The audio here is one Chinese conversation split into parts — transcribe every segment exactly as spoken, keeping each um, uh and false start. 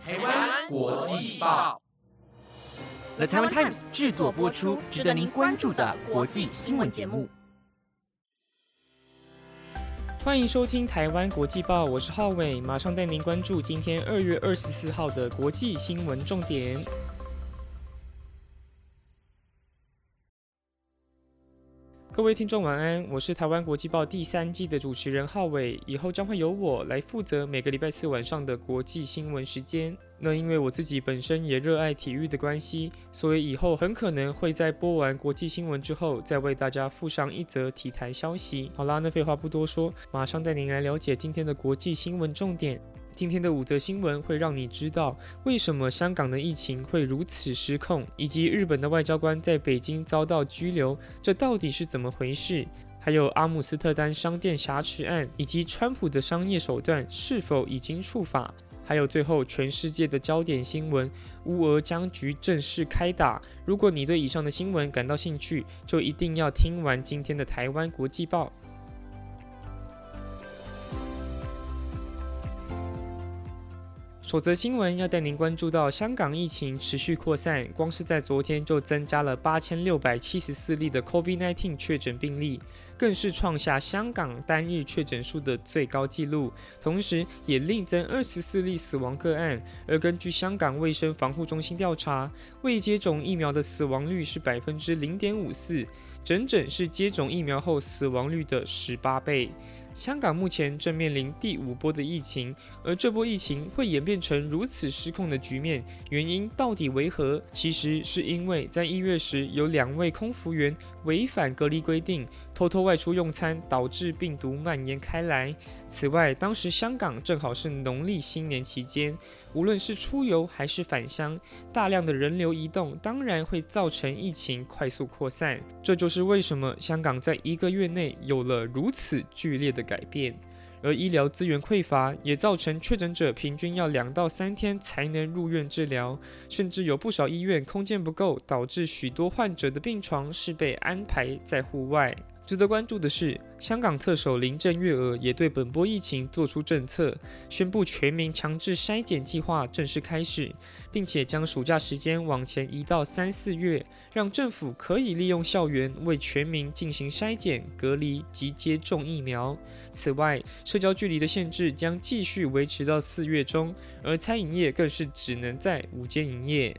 台湾国际报 The Taiwan Times 制作播出，值得您关注的国际新闻节目。 欢迎收听台湾国际报，我是浩伟，马上带您关注今天二月二十四号的国际新闻重点。各位听众晚安，我是台湾国际报第三季的主持人浩伟，以后将会由我来负责每个礼拜四晚上的国际新闻时间。那因为我自己本身也热爱体育的关系，所以以后很可能会在播完国际新闻之后，再为大家附上一则体坛消息。好啦，那废话不多说，马上带您来了解今天的国际新闻重点。今天的五则新闻会让你知道为什么香港的疫情会如此失控，以及日本的外交官在北京遭到拘留，这到底是怎么回事？还有阿姆斯特丹商店挟持案，以及川普的商业手段是否已经触法？还有最后全世界的焦点新闻，乌俄僵局正式开打。如果你对以上的新闻感到兴趣，就一定要听完今天的台湾国际报。首则新闻要带您关注到香港疫情持续扩散，光是在昨天就增加了八千六百七十四例的 COVID 十九 确诊病例，更是创下香港单日确诊数的最高纪录，同时也另增二十四例死亡个案。而根据香港卫生防护中心调查，未接种疫苗的死亡率是 百分之零点五四， 整整是接种疫苗后死亡率的十八倍。香港目前正面临第五波的疫情，而这波疫情会演变成如此失控的局面，原因到底为何？其实是因为在一月时有两位空服员违反隔离规定，偷偷外出用餐，导致病毒蔓延开来。此外，当时香港正好是农历新年期间，无论是出游还是返乡，大量的人流移动，当然会造成疫情快速扩散。这就是为什么香港在一个月内有了如此剧烈的改变。而医疗资源匮乏，也造成确诊者平均要两到三天才能入院治疗，甚至有不少医院空间不够，导致许多患者的病床是被安排在户外。值得关注的是，香港特首林郑月娥也对本波疫情做出政策，宣布全民强制筛检计划正式开始，并且将暑假时间往前移到三四月，让政府可以利用校园为全民进行筛检、隔离及接种疫苗。此外，社交距离的限制将继续维持到四月中，而餐饮业更是只能在午间营业。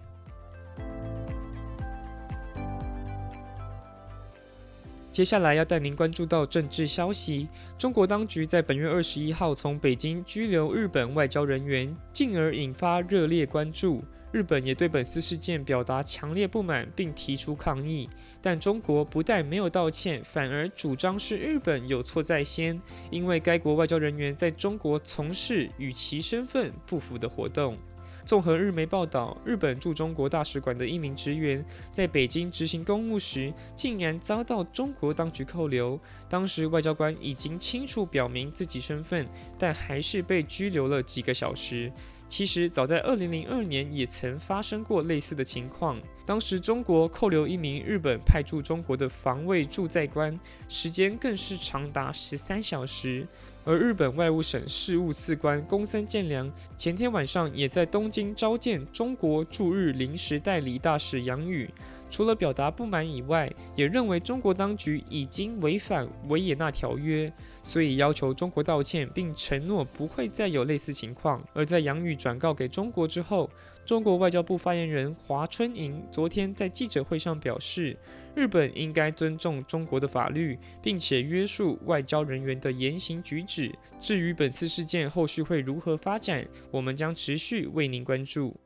接下来要带您关注到政治消息，中国当局在本月二十一号从北京拘留日本外交人员，进而引发热烈关注。日本也对本次事件表达强烈不满，并提出抗议。但中国不但没有道歉，反而主张是日本有错在先，因为该国外交人员在中国从事与其身份不符的活动。综合日媒报道，日本驻中国大使馆的一名职员在北京执行公务时，竟然遭到中国当局扣留。当时外交官已经清楚表明自己身份，但还是被拘留了几个小时。其实早在二零零二年也曾发生过类似的情况，当时中国扣留一名日本派驻中国的防卫驻在官，时间更是长达十三小时。而日本外务省事务次官宫森健良前天晚上也在东京召见中国驻日临时代理大使杨宇，除了表达不满以外，也认为中国当局已经违反维也纳条约，所以要求中国道歉，并承诺不会再有类似情况。而在杨宇转告给中国之后，中国外交部发言人华春莹昨天在记者会上表示，日本应该尊重中国的法律，并且约束外交人员的言行举止。至于本次事件后续会如何发展，我们将持续为您关注。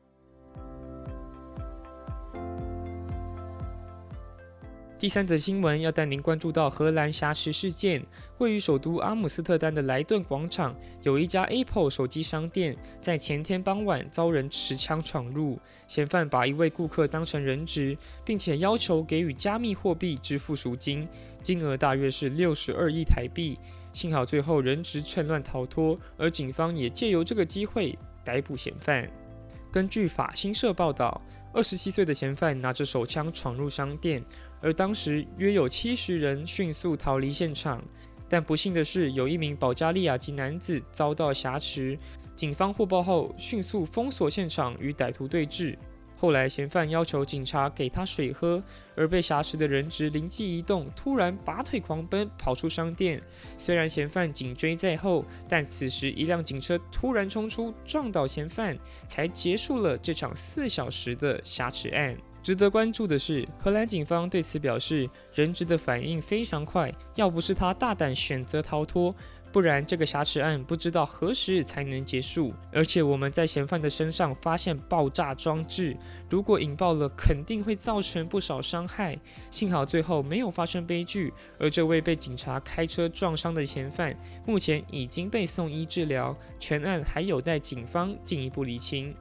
第三则新闻要带您关注到荷兰挟持事件。位于首都阿姆斯特丹的莱顿广场，有一家 Apple 手机商店，在前天傍晚遭人持枪闯入，嫌犯把一位顾客当成人质，并且要求给予加密货币支付赎金，金额大约是六十二亿台币。幸好最后人质趁乱逃脱，而警方也借由这个机会逮捕嫌犯。根据法新社报道，二十七岁的嫌犯拿着手枪闯入商店，而当时约有七十人迅速逃离现场。但不幸的是，有一名保加利亚籍男子遭到挟持， 警方获报后迅速封锁现场与歹徒对峙。后来嫌犯要求警察给他水喝，而被挟持的人质灵机一动，突然拔腿狂奔跑出商店。虽然嫌犯紧追在后，但此时一辆警车突然冲出撞倒嫌犯，才结束了这场四小时的挟持案。值得关注的是，荷兰警方对此表示，人质的反应非常快，要不是他大胆选择逃脱，不然这个挟持案不知道何时才能结束。而且我们在嫌犯的身上发现爆炸装置，如果引爆了，肯定会造成不少伤害。幸好最后没有发生悲剧，而这位被警察开车撞伤的嫌犯，目前已经被送医治疗，全案还有待警方进一步厘清。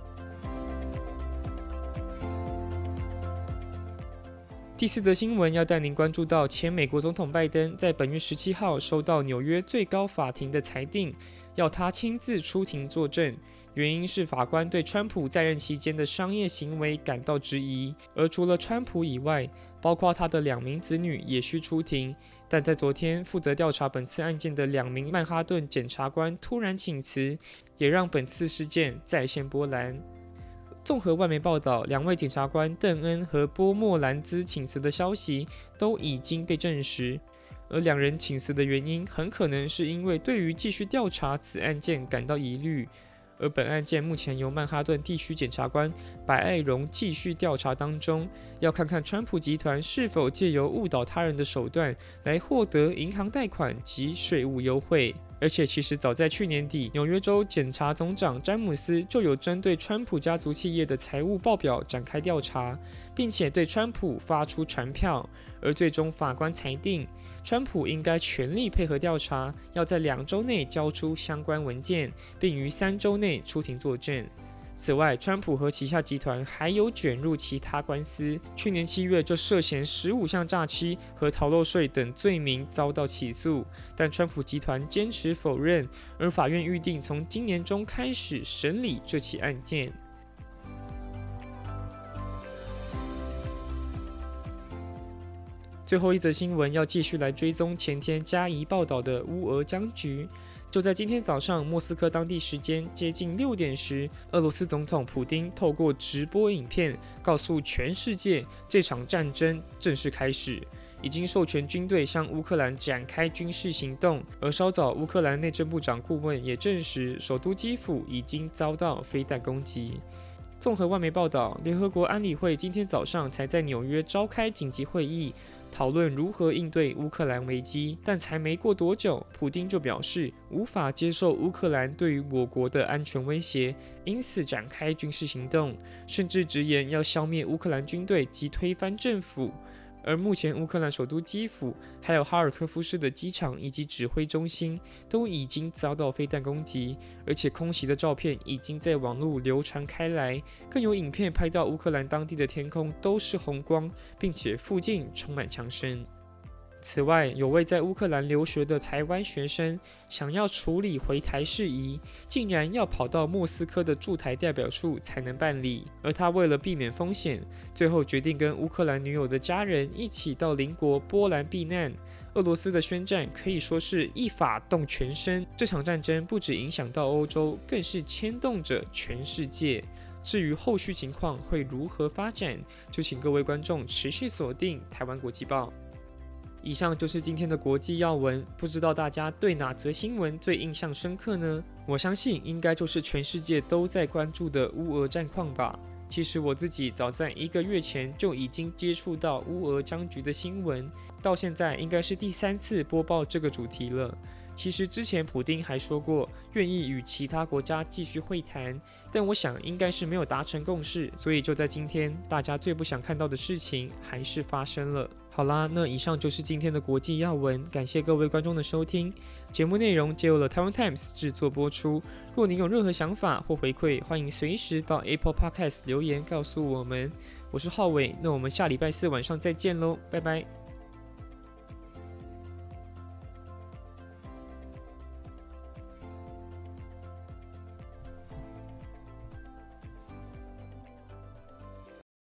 第四则新闻要带您关注到，前美国总统拜登在本月十七号收到纽约最高法庭的裁定，要他亲自出庭作证。原因是法官对川普在任期间的商业行为感到质疑，而除了川普以外，包括他的两名子女也需出庭。但在昨天，负责调查本次案件的两名曼哈顿检察官突然请辞，也让本次事件再现波澜。综合外媒报道，两位检察官邓恩和波莫兰兹请辞的消息都已经被证实，而两人请辞的原因很可能是因为对于继续调查此案件感到疑虑。而本案件目前由曼哈顿地区检察官白爱荣继续调查当中，要看看川普集团是否借由误导他人的手段来获得银行贷款及税务优惠。而且其实早在去年底，纽约州检察总长詹姆斯就有针对川普家族企业的财务报表展开调查，并且对川普发出传票，而最终法官裁定，川普应该全力配合调查，要在两周内交出相关文件，并于三周内出庭作证。此外，川普和旗下集团还有卷入其他官司，去年七月就涉嫌十五项诈欺和逃漏税等罪名遭到起诉，但川普集团坚持否认，而法院预定从今年中开始审理这起案件。最后一则新闻要继续来追踪前天加以报道的乌俄僵局。就在今天早上，莫斯科当地时间接近六点时，俄罗斯总统普丁透过直播影片告诉全世界，这场战争正式开始，已经授权军队向乌克兰展开军事行动。而稍早，乌克兰内政部长顾问也证实，首都基辅已经遭到飞弹攻击。综合外媒报道，联合国安理会今天早上才在纽约召开紧急会议，讨论如何应对乌克兰危机，但才没过多久，普丁就表示无法接受乌克兰对于我国的安全威胁，因此展开军事行动，甚至直言要消灭乌克兰军队及推翻政府。而目前乌克兰首都基辅，还有哈尔科夫市的机场以及指挥中心都已经遭到飞弹攻击，而且空袭的照片已经在网络流传开来，更有影片拍到乌克兰当地的天空都是红光，并且附近充满枪声。此外，有位在乌克兰留学的台湾学生想要处理回台事宜，竟然要跑到莫斯科的驻台代表处才能办理。而他为了避免风险，最后决定跟乌克兰女友的家人一起到邻国波兰避难。俄罗斯的宣战可以说是一发动全身，这场战争不只影响到欧洲，更是牵动着全世界。至于后续情况会如何发展，就请各位观众持续锁定台湾国际报。以上就是今天的国际要闻，不知道大家对哪则新闻最印象深刻呢？我相信应该就是全世界都在关注的乌俄战况吧。其实我自己早在一个月前就已经接触到乌俄僵局的新闻，到现在应该是第三次播报这个主题了。其实之前普丁还说过愿意与其他国家继续会谈，但我想应该是没有达成共识，所以就在今天，大家最不想看到的事情还是发生了。好啦，那以上就是今天的国际要闻，感谢各位观众的收听。节目内容皆由了台湾 Times 制作播出。若您有任何想法或回馈，欢迎随时到 Apple Podcast 留言告诉我们。我是浩伟，那我们下礼拜四晚上再见喽，拜拜。